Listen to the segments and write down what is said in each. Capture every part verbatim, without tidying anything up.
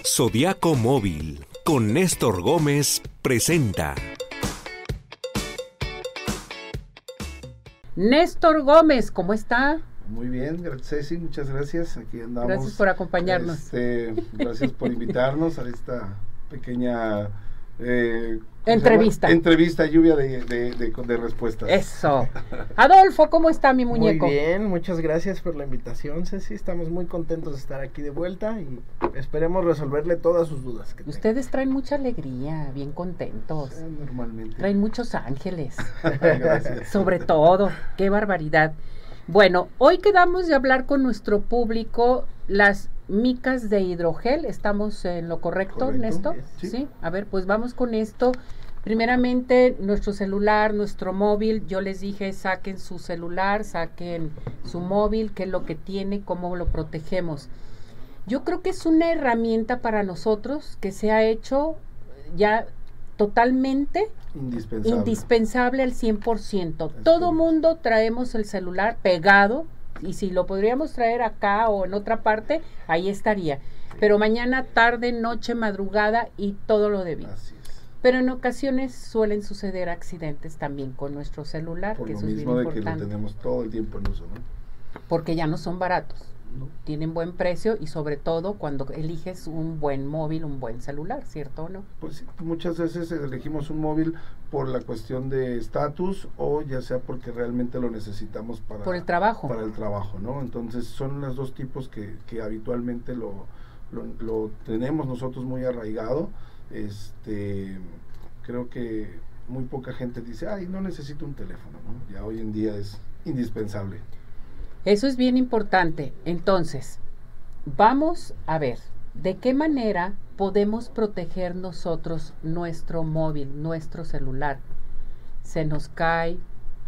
Zodiaco Móvil con Néstor Gómez presenta. Néstor Gómez, ¿cómo está? Muy bien, Ceci, muchas gracias. Aquí andamos. Gracias por acompañarnos. Este, gracias por invitarnos a esta pequeña eh, entrevista. Entrevista, lluvia de, de, de, de respuestas. Eso. Adolfo, ¿cómo está mi muñeco? Muy bien, muchas gracias por la invitación, Ceci. Estamos muy contentos de estar aquí de vuelta y esperemos resolverle todas sus dudas. Que Ustedes tenga. Traen mucha alegría, bien contentos. Sí, normalmente. Traen muchos ángeles. Gracias. Sobre todo, qué barbaridad. Bueno, hoy quedamos de hablar con nuestro público las micas de hidrogel. ¿Estamos en lo correcto, Correcto. Néstor? Sí. Sí. A ver, pues vamos con esto. Primeramente, nuestro celular, nuestro móvil. Yo les dije, saquen su celular, saquen su móvil, qué es lo que tiene, cómo lo protegemos. Yo creo que es una herramienta para nosotros que se ha hecho ya totalmente indispensable, indispensable al cien por ciento. Es Todo correcto. mundo traemos el celular pegado y si lo podríamos traer acá o en otra parte, ahí estaría. Pero mañana, tarde, noche, madrugada y todo lo debido. Así es. Pero en ocasiones suelen suceder accidentes también con nuestro celular, Por que lo eso es mismo bien de que lo importante, tenemos todo el tiempo en uso, ¿no? porque ya no son baratos. ¿No? Tienen buen precio y sobre todo cuando eliges un buen móvil, un buen celular, ¿cierto o no? Pues sí, muchas veces elegimos un móvil por la cuestión de estatus o ya sea porque realmente lo necesitamos para, Por el trabajo. para el trabajo, ¿no? Entonces son los dos tipos que, que habitualmente lo, lo, lo tenemos nosotros muy arraigado. Este, creo que muy poca gente dice, ay, no necesito un teléfono, ¿no? Ya hoy en día es indispensable. Eso es bien importante. Entonces, vamos a ver, ¿de qué manera podemos proteger nosotros nuestro móvil, nuestro celular? Se nos cae,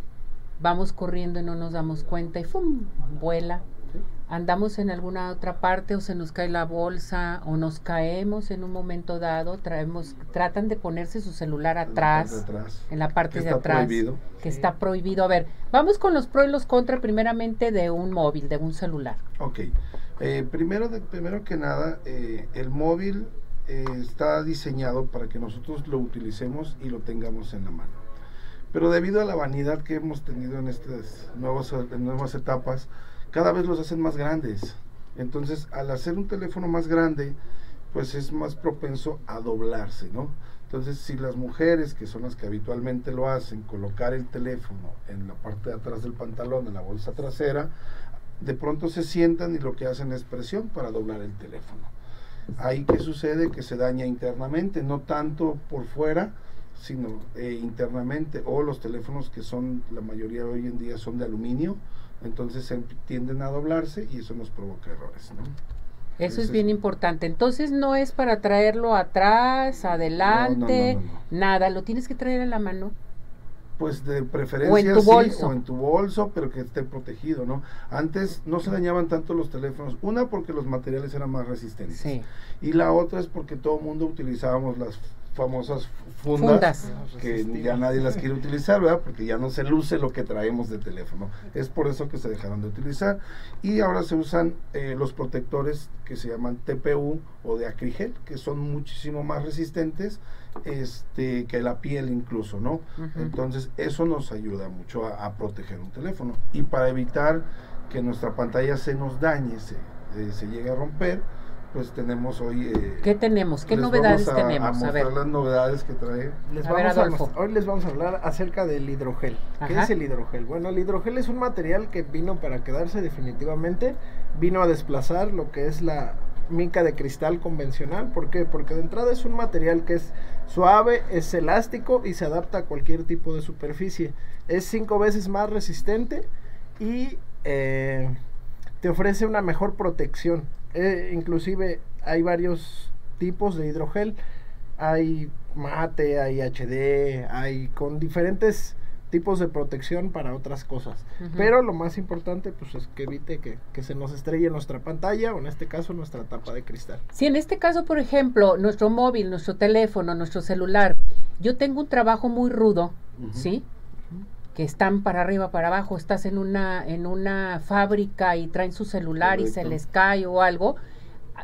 vamos corriendo y no nos damos cuenta y ¡fum! Vuela. ¿Sí? Andamos en alguna otra parte o se nos cae la bolsa o nos caemos en un momento dado, traemos, tratan de ponerse su celular atrás, En la parte de atrás, en la parte que de está atrás, prohibido. que está prohibido. A ver, vamos con los pros y los contras primeramente de un móvil, de un celular. Ok, eh, primero, de, primero que nada, eh, el móvil eh, está diseñado para que nosotros lo utilicemos y lo tengamos en la mano. Pero debido a la vanidad que hemos tenido en estas nuevas, en nuevas etapas, cada vez los hacen más grandes. Entonces, al hacer un teléfono más grande, pues es más propenso a doblarse, ¿no? Entonces, si las mujeres, que son las que habitualmente lo hacen, colocar el teléfono en la parte de atrás del pantalón, en la bolsa trasera, de pronto se sientan y lo que hacen es presión para doblar el teléfono. Ahí, ¿qué sucede? Que se daña internamente, no tanto por fuera, sino eh, internamente, o los teléfonos que son, la mayoría hoy en día son de aluminio, entonces se tienden a doblarse y eso nos provoca errores, ¿no? Eso Ese es bien es- importante. Entonces no es para traerlo atrás, adelante, No, no, no, no, no. nada, lo tienes que traer en la mano. Pues de preferencia O en tu sí, bolso. o en tu bolso, pero que esté protegido, ¿no? Antes no se dañaban tanto los teléfonos, una porque los materiales eran más resistentes, Sí. y la otra es porque todo el mundo utilizábamos las famosas fundas, Fundas. que ya nadie las quiere utilizar, ¿verdad? Porque ya no se luce lo que traemos de teléfono. Es por eso que se dejaron de utilizar. Y ahora se usan eh, los protectores que se llaman T P U o de acrigel, que son muchísimo más resistentes este, que la piel incluso, ¿no? Ujú. Entonces eso nos ayuda mucho a, a proteger un teléfono. Y para evitar que nuestra pantalla se nos dañe, se, eh, se llegue a romper, pues tenemos hoy... Eh, ¿Qué tenemos? ¿Qué les novedades vamos a, tenemos? A A mostrar ver. las novedades que trae. Les A ver, vamos a Adolfo. mostrar- hoy les vamos a hablar acerca del hidrogel. ¿Qué Ajá. es el hidrogel? Bueno, el hidrogel es un material que vino para quedarse definitivamente, vino a desplazar lo que es la mica de cristal convencional. ¿Por qué? Porque de entrada es un material que es suave, es elástico y se adapta a cualquier tipo de superficie. Es cinco veces más resistente y eh, te ofrece una mejor protección. Eh, inclusive hay varios tipos de hidrogel. Hay mate, hay H D, hay con diferentes tipos de protección para otras cosas. Ujú. Pero lo más importante pues es que evite que, que se nos estrelle nuestra pantalla o en este caso nuestra tapa de cristal. Si en este caso, por ejemplo, nuestro móvil, nuestro teléfono, nuestro celular, yo tengo un trabajo muy rudo, Ujú. ¿sí? Que están para arriba, para abajo, estás en una, en una fábrica y traen su celular y se Correcto. les cae o algo,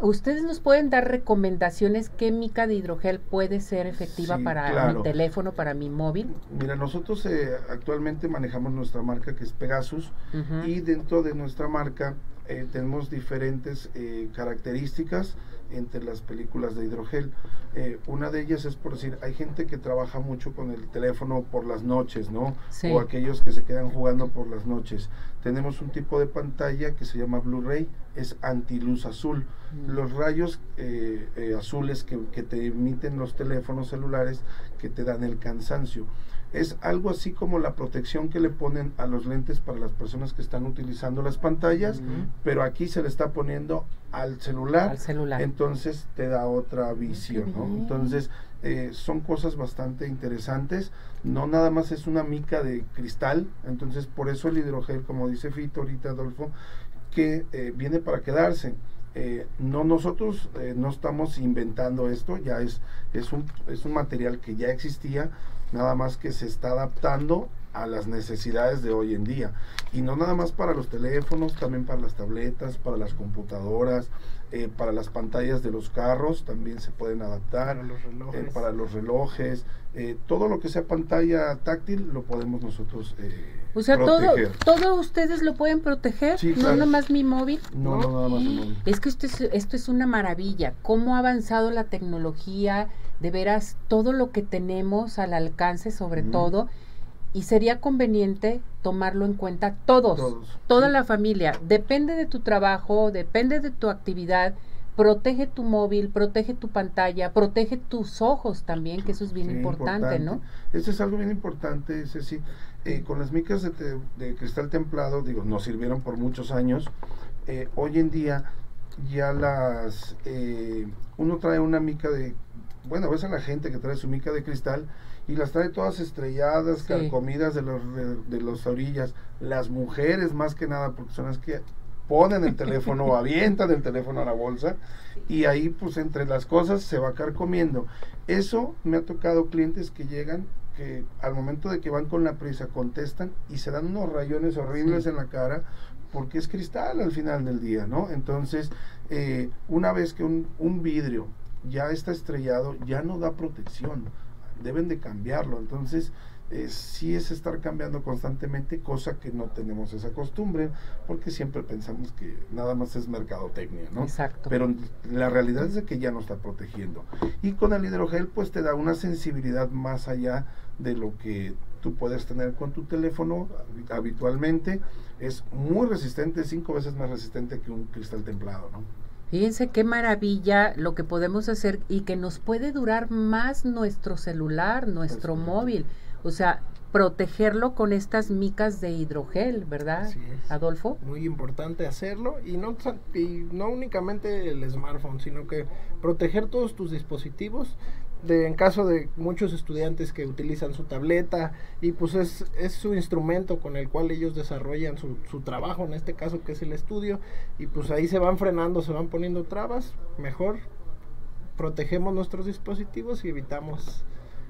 ¿ustedes nos pueden dar recomendaciones qué mica de hidrogel puede ser efectiva Sí, para claro. mi teléfono, para mi móvil? Mira, nosotros eh, actualmente manejamos nuestra marca que es Pegasus Ujú. y dentro de nuestra marca eh, tenemos diferentes eh, características entre las películas de hidrogel. Eh, una de ellas es, por decir, hay gente que trabaja mucho con el teléfono por las noches, ¿no? Sí. O aquellos que se quedan jugando por las noches. Tenemos un tipo de pantalla que se llama Blu-ray, es antiluz azul. Mm. Los rayos eh, eh, azules que, que te emiten los teléfonos celulares que te dan el cansancio. Es algo así como la protección que le ponen a los lentes para las personas que están utilizando las pantallas, Ujú. pero aquí se le está poniendo al celular, Al celular. entonces te da otra visión, ¿no? bien. Entonces eh, son cosas bastante interesantes, no nada más es una mica de cristal, entonces por eso el hidrogel, como dice Fito ahorita, Adolfo, que eh, viene para quedarse. Eh, no nosotros eh, no estamos inventando esto, ya es, es, un, es un material que ya existía, nada más que se está adaptando a las necesidades de hoy en día, y no nada más para los teléfonos, también para las tabletas, para las computadoras, eh, para las pantallas de los carros también se pueden adaptar, Para los relojes. eh, para los relojes, eh, todo lo que sea pantalla táctil lo podemos nosotros eh, O sea, todo, proteger. todo ustedes lo pueden proteger, Sí, no claro. nomás mi móvil. No, no, nada más el móvil. Es que esto es, esto es una maravilla, cómo ha avanzado la tecnología, de veras todo lo que tenemos al alcance sobre Ujú. todo, y sería conveniente tomarlo en cuenta todos, Todos, toda sí. la familia, depende de tu trabajo, depende de tu actividad, protege tu móvil, protege tu pantalla, protege tus ojos también, que eso es bien Sí, importante, ¿no? Eso es algo bien importante, ese sí. Eh, con las micas de, te- de cristal templado, digo, nos sirvieron por muchos años. Eh, hoy en día ya las... eh, uno trae una mica de... Bueno, ves a la gente que trae su mica de cristal y las trae todas estrelladas, Sí. carcomidas de los de, de las orillas. Las mujeres más que nada, porque son las que ponen el teléfono o avientan el teléfono a la bolsa y ahí pues entre las cosas se va carcomiendo. Eso me ha tocado clientes que llegan que al momento de que van con la prisa contestan y se dan unos rayones horribles Sí. en la cara porque es cristal al final del día, ¿no? Entonces, eh, una vez que un, un vidrio ya está estrellado, ya no da protección, deben de cambiarlo. Entonces, eh, sí es estar cambiando constantemente, cosa que no tenemos esa costumbre, porque siempre pensamos que nada más es mercadotecnia, ¿no? Exacto. Pero la realidad es de que ya no está protegiendo. Y con el hidrogel, pues te da una sensibilidad más allá de lo que tú puedes tener con tu teléfono habitualmente. Es muy resistente, cinco veces más resistente que un cristal templado, ¿no? Fíjense qué maravilla lo que podemos hacer y que nos puede durar más nuestro celular, nuestro Es correcto. móvil. O sea, protegerlo con estas micas de hidrogel, ¿verdad, Así es. Adolfo? Muy importante hacerlo y no, sa- y no únicamente el smartphone, sino que proteger todos tus dispositivos. De, en caso de muchos estudiantes que utilizan su tableta y pues es, es su instrumento con el cual ellos desarrollan su, su trabajo, en este caso que es el estudio, y pues ahí se van frenando, se van poniendo trabas, mejor protegemos nuestros dispositivos y evitamos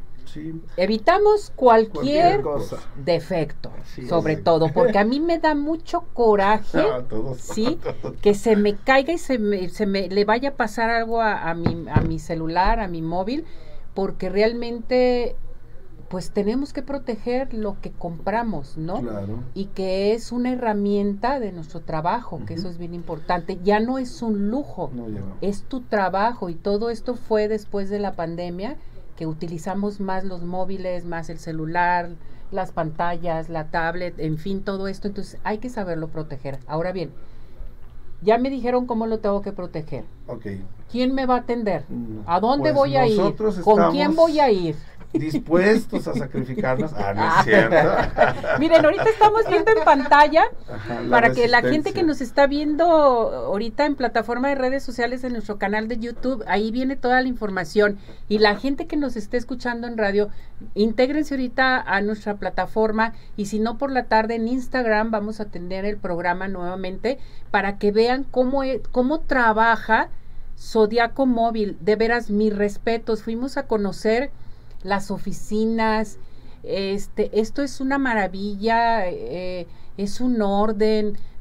Sí. Evitamos cualquier, Cualquier cosa. defecto, Así es. sobre todo, porque a mí me da mucho coraje, Ah, todos. ¿sí? Que se me caiga y se me, se me le vaya a pasar algo a, a mi, a mi celular, a mi móvil, porque realmente pues tenemos que proteger lo que compramos, ¿no? Claro. Y que es una herramienta de nuestro trabajo, que Ujú. eso es bien importante. Ya no es un lujo, No, ya no. es tu trabajo, y todo esto fue después de la pandemia, que utilizamos más los móviles, más el celular, las pantallas, la tablet, en fin, todo esto. Entonces hay que saberlo proteger. Ahora bien, ya me dijeron cómo lo tengo que proteger. Ok. ¿Quién me va a atender? Mm, ¿A dónde pues voy a ir? nosotros ¿Con estamos quién voy a ir? Dispuestos a sacrificarnos. Ah, no es cierto. Miren, ahorita estamos viendo en pantalla Ajá, para que la gente que resistencia. nos está viendo ahorita en plataforma de redes sociales en nuestro canal de YouTube, ahí viene toda la información, y la gente que nos esté escuchando en radio, intégrense ahorita a nuestra plataforma, y si no, por la tarde en Instagram vamos a tener el programa nuevamente para que vean cómo, e- cómo trabaja Zodiaco Móvil. De veras, mis respetos, fuimos a conocer las oficinas. Este, esto es una maravilla, eh, es un orden,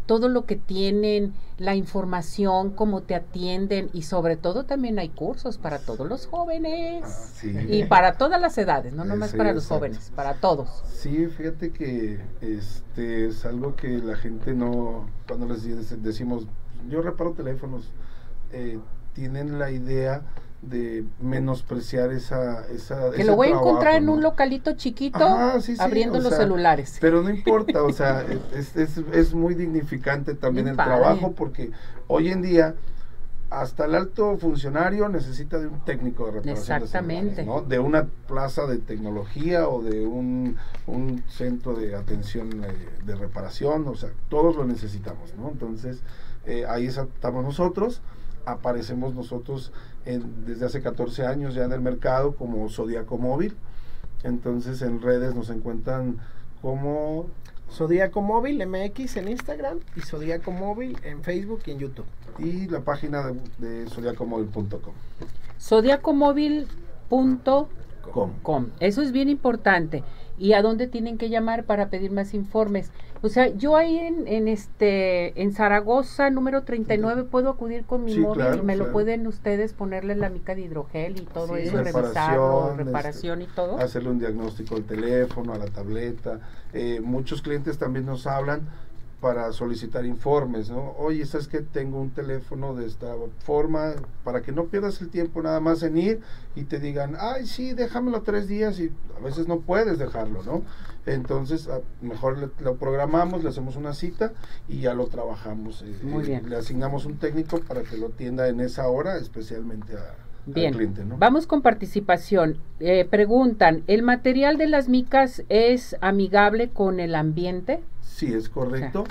todo lo que tienen, la información, cómo te atienden y sobre todo también hay cursos para todos los jóvenes Ah, sí. y para todas las edades, no Eh, nomás sí, para los exacto. jóvenes, para todos. Sí, fíjate que este es algo que la gente no, cuando les de- decimos, yo reparo teléfonos, eh, tienen la idea de menospreciar esa, esa Que ese lo voy a trabajo, encontrar en ¿no? un localito chiquito Ajá, sí, sí, abriendo o los sea, celulares. Pero no importa, o sea, es, es, es muy dignificante también Bien el padre. trabajo, porque hoy en día hasta el alto funcionario necesita de un técnico de reparación de Exactamente. celulares, ¿no? De una plaza de tecnología o de un, un centro de atención eh, de reparación, o sea, todos lo necesitamos, ¿no? Entonces, eh, ahí estamos nosotros, aparecemos nosotros en- desde hace catorce años ya en el mercado como Zodiaco Móvil, entonces en redes nos encuentran como Zodíaco Móvil M X en Instagram y Zodíaco Móvil en Facebook y en YouTube. y la página de, de zodiacomóvil punto com. Zodiacomóvil punto Com. com. Eso es bien importante. ¿Y a dónde tienen que llamar para pedir más informes? O sea, yo ahí en, en este en Zaragoza, número treinta y nueve, puedo acudir con mi Sí, móvil claro, y me lo claro. pueden ustedes ponerle la mica de hidrogel y todo Sí, eso, y reparación, revisarlo, este, reparación y todo. Hacerle un diagnóstico al teléfono, a la tableta. Eh, muchos clientes también nos hablan para solicitar informes, ¿no? Oye, ¿sabes qué? Tengo un teléfono de esta forma, para que no pierdas el tiempo nada más en ir y te digan, ay, sí, déjamelo tres días, y a veces no puedes dejarlo, ¿no? Entonces, a- mejor le- lo programamos, le hacemos una cita y ya lo trabajamos. eh, Muy eh, bien. Le asignamos un técnico para que lo atienda en esa hora, especialmente a, Bien, al cliente, ¿no? vamos con participación. Eh, preguntan, ¿el material de las micas es amigable con el ambiente? Sí, es correcto.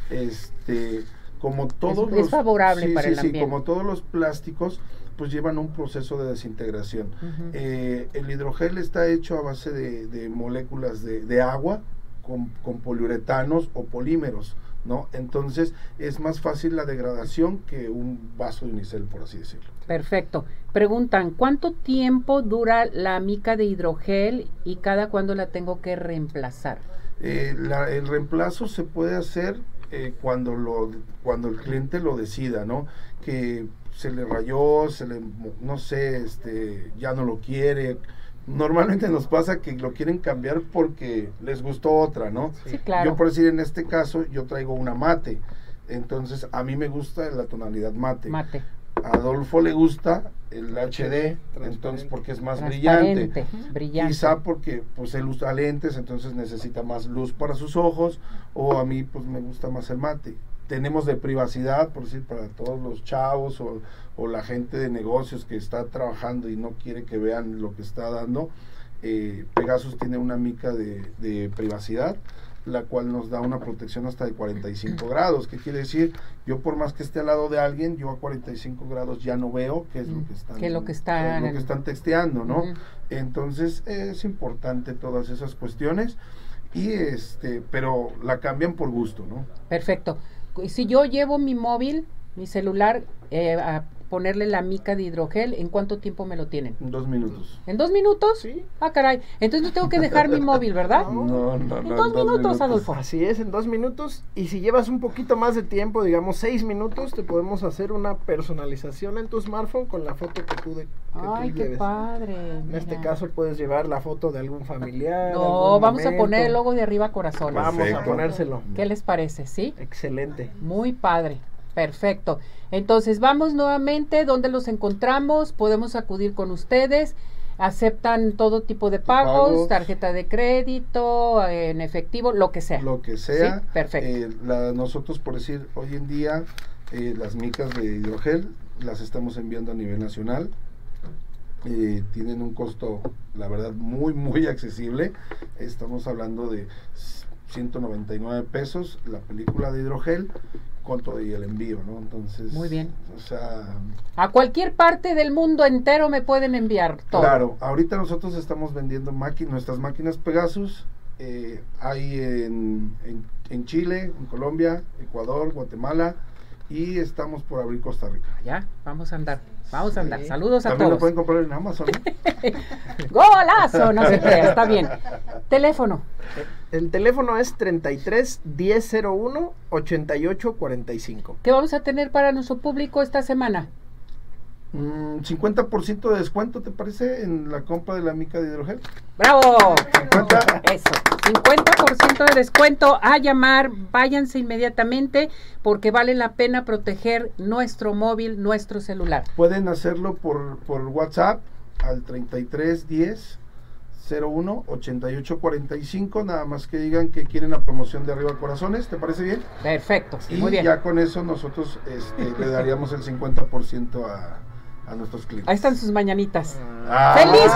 Este, como todos es los favorable sí, para sí, el sí, ambiente. como todos los plásticos, pues llevan un proceso de desintegración. Ujú. Eh, el hidrogel está hecho a base de, de moléculas de, de agua con, con poliuretanos o polímeros, ¿no? Entonces es más fácil la degradación que un vaso de unicel, por así decirlo. Perfecto. Preguntan, ¿cuánto tiempo dura la mica de hidrogel y cada cuándo la tengo que reemplazar? Eh, la- el reemplazo se puede hacer eh, cuando lo cuando el cliente lo decida, ¿no? Que se le rayó, se le mo- no sé, este ya no lo quiere. Normalmente nos pasa que lo quieren cambiar porque les gustó otra, ¿no? Sí, claro. Yo por decir en este caso yo traigo una mate. Entonces a mí me gusta la tonalidad mate. Mate. A Adolfo le gusta el H D, Transparente. entonces porque es más brillante. Transparente, brillante. Quizá porque pues él usa lentes, entonces necesita más luz para sus ojos, o a mí pues me gusta más el mate. Tenemos de privacidad, por decir, para todos los chavos o, o la gente de negocios que está trabajando y no quiere que vean lo que está dando. eh, Pegasus tiene una mica de, de privacidad, la cual nos da una protección hasta de cuarenta y cinco grados. ¿Qué quiere decir? Yo por más que esté al lado de alguien, yo a cuarenta y cinco grados ya no veo qué es lo que están, ¿Qué es lo que qué es están- lo que están texteando, ¿no? Ujú. Entonces es importante todas esas cuestiones, y este, pero la cambian por gusto, ¿no? Perfecto. Y si yo llevo mi móvil, mi celular, eh, a ponerle la mica de hidrogel, ¿en cuánto tiempo me lo tienen? En dos minutos. ¿En dos minutos? Sí. Ah, caray. Entonces no tengo que dejar mi móvil, ¿verdad? No. No, no, En no. dos minutos, Adolfo. Así es, en dos minutos. Y si llevas un poquito más de tiempo, digamos seis minutos, te podemos hacer una personalización en tu smartphone con la foto que tú, de, que Ay, tú qué lleves. padre. En este mira. caso puedes llevar la foto de algún familiar. No, algún vamos a momento. poner el logo de arriba corazones. Vamos Perfecto. a ponérselo. ¿Qué les parece? ¿Sí? Excelente. Muy padre. Perfecto. Entonces, vamos nuevamente. ¿Dónde los encontramos? Podemos acudir con ustedes. Aceptan todo tipo de pagos, Pagos. tarjeta de crédito, en efectivo, lo que sea. Lo que sea. Sí, perfecto. eh, la- nosotros, por decir, hoy en día, eh, las micas de hidrogel las estamos enviando a nivel nacional. Eh, tienen un costo, la verdad, muy, muy accesible. Estamos hablando de ciento noventa y nueve pesos la película de hidrogel con todo y el envío, ¿no? Entonces, Muy bien. O sea, A cualquier parte del mundo entero me pueden enviar todo. claro, ahorita nosotros estamos vendiendo máquinas, nuestras máquinas Pegasus. Eh, hay en, en, en Chile, en Colombia, Ecuador, Guatemala, y estamos por abrir Costa Rica. Ya, vamos a andar. Vamos a andar. Sí. Saludos a También lo todos. pueden comprar en Amazon, ¿no? ¡Golazo! No se crea, está bien. Teléfono. El teléfono es treinta y tres, diez cero uno, ochenta y ocho cuarenta y cinco. ¿Qué vamos a tener para nuestro público esta semana? Mm, cincuenta por ciento de descuento, ¿te parece? En la compra de la mica de hidrogel. ¡Bravo! cincuenta. Eso, cincuenta por ciento de descuento. A llamar, váyanse inmediatamente porque vale la pena proteger nuestro móvil, nuestro celular. Pueden hacerlo por, por WhatsApp al treinta y tres, diez, cero uno, ochenta y ocho cuarenta y cinco, nada más que digan que quieren la promoción de Arriba Corazones, ¿te parece bien? Perfecto, Y muy bien. ya con eso nosotros este, le daríamos el cincuenta por ciento a, a nuestros clientes. Ahí están sus mañanitas. Ah, ¡Feliz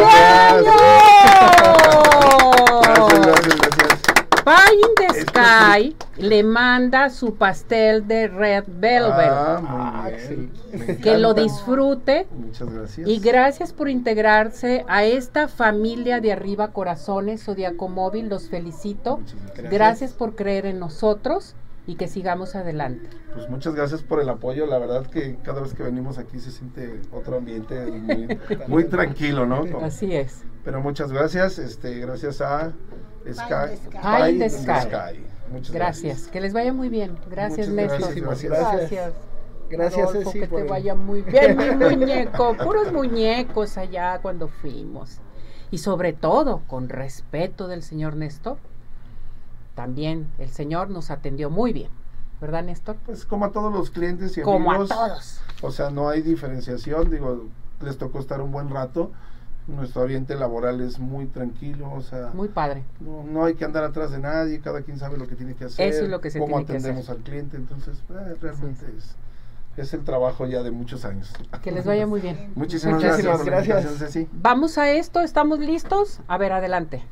cumpleaños! Gracias, gracias, gracias. Pie in the Esto Sky le manda su pastel de Red Velvet. Ah, muy Ah, bien. sí. Me Que lo encanta. disfrute. Muchas gracias. Y gracias por integrarse a esta familia de Arriba Corazones, Zodiaco Móvil, los felicito. Muchas gracias. Gracias por creer en nosotros y que sigamos adelante. Pues muchas gracias por el apoyo, la verdad que cada vez que venimos aquí se siente otro ambiente muy, muy tranquilo, ¿no? Como- Así es. Pero muchas gracias, este, gracias a Sky. Pie in the in the Sky. Muchas Gracias, que les vaya muy bien. Gracias, Muchas Néstor. gracias, gracias. Gracias. Gracias, Adolfo, Ceci, que por te el- vaya muy bien, mi muñeco. Puros muñecos allá cuando fuimos. Y sobre todo, con respeto del señor Néstor, también el señor nos atendió muy bien. ¿Verdad, Néstor? Pues como a todos los clientes y Como a amigos. todos. O sea, no hay diferenciación, digo, les tocó estar un buen rato. Nuestro ambiente laboral es muy tranquilo, o sea, Muy padre. no, no hay que andar atrás de nadie, cada quien sabe lo que tiene que hacer, Eso es lo que se cómo tiene que atendemos hacer. al cliente, entonces eh, realmente es, es el trabajo ya de muchos años. Que les vaya muy bien. Muchísimas, Muchísimas gracias por la gracias. invitación, Ceci. Vamos a esto, ¿estamos listos? A ver, adelante.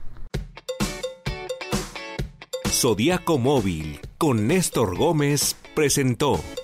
Zodiaco Móvil con Néstor Gómez presentó